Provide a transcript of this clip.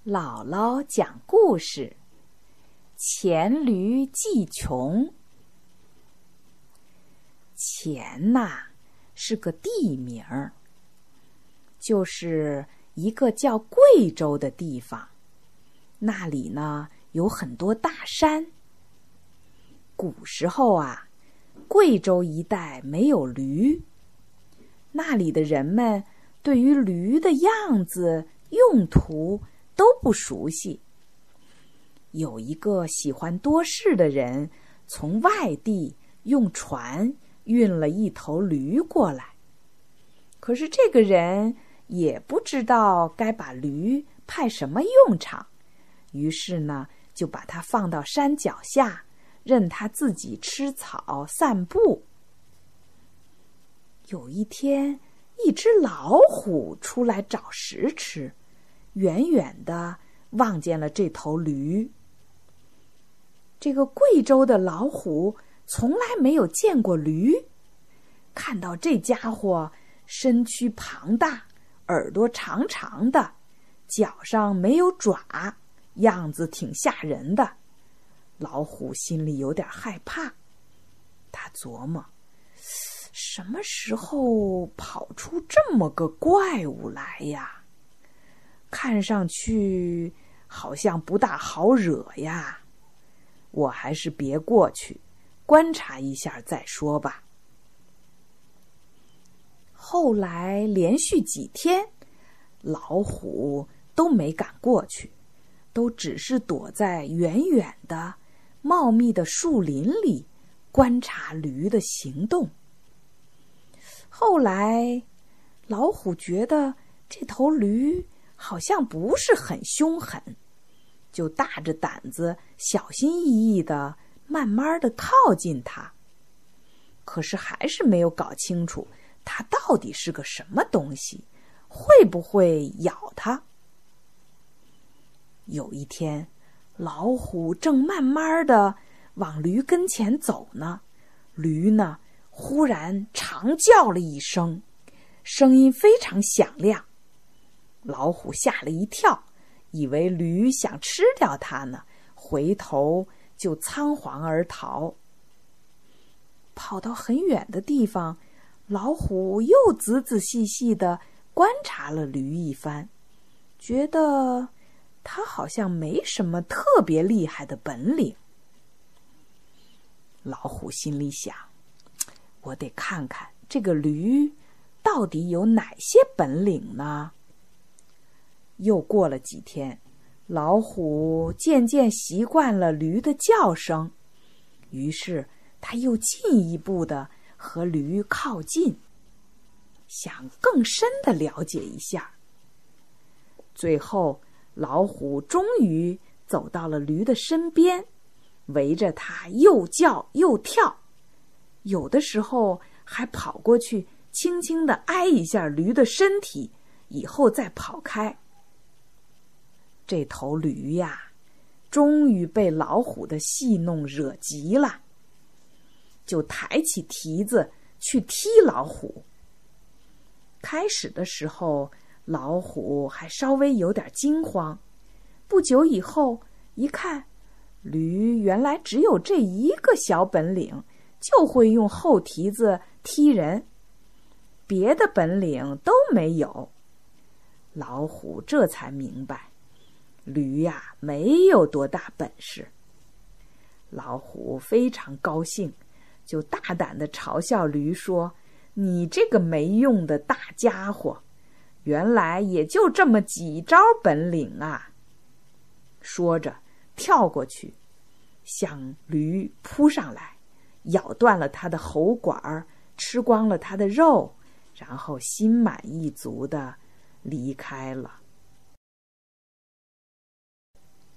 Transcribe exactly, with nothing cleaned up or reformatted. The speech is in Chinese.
姥姥讲故事：黔驴技穷。黔呐，是个地名儿，就是一个叫贵州的地方。那里呢，有很多大山。古时候啊，贵州一带没有驴，那里的人们对于驴的样子、用途都不熟悉。有一个喜欢多事的人，从外地用船运了一头驴过来。可是这个人也不知道该把驴派什么用场，于是呢，就把它放到山脚下，任它自己吃草散步。有一天，一只老虎出来找食吃，远远地望见了这头驴。这个贵州的老虎从来没有见过驴，看到这家伙身躯庞大，耳朵长长的，脚上没有爪，样子挺吓人的。老虎心里有点害怕，他琢磨，什么时候跑出这么个怪物来呀？看上去好像不大好惹呀，我还是别过去，观察一下再说吧。后来连续几天，老虎都没敢过去，都只是躲在远远的茂密的树林里观察驴的行动。后来老虎觉得这头驴好像不是很凶狠，就大着胆子小心翼翼地慢慢地靠近它。可是还是没有搞清楚它到底是个什么东西，会不会咬它。有一天，老虎正慢慢地往驴跟前走呢，驴呢忽然长叫了一声，声音非常响亮。老虎吓了一跳，以为驴想吃掉它呢，回头就仓皇而逃。跑到很远的地方，老虎又仔仔细细地观察了驴一番，觉得它好像没什么特别厉害的本领。老虎心里想，我得看看这个驴到底有哪些本领呢？又过了几天，老虎渐渐习惯了驴的叫声，于是他又进一步的和驴靠近，想更深的了解一下。最后，老虎终于走到了驴的身边，围着它又叫又跳，有的时候还跑过去轻轻地挨一下驴的身体，以后再跑开。这头驴呀，终于被老虎的戏弄惹急了，就抬起蹄子去踢老虎。开始的时候，老虎还稍微有点惊慌，不久以后一看，驴原来只有这一个小本领，就会用后蹄子踢人，别的本领都没有。老虎这才明白，驴呀，没有多大本事。老虎非常高兴，就大胆地嘲笑驴说，你这个没用的大家伙，原来也就这么几招本领啊。说着跳过去，向驴扑上来，咬断了它的喉管，吃光了它的肉，然后心满意足地离开了。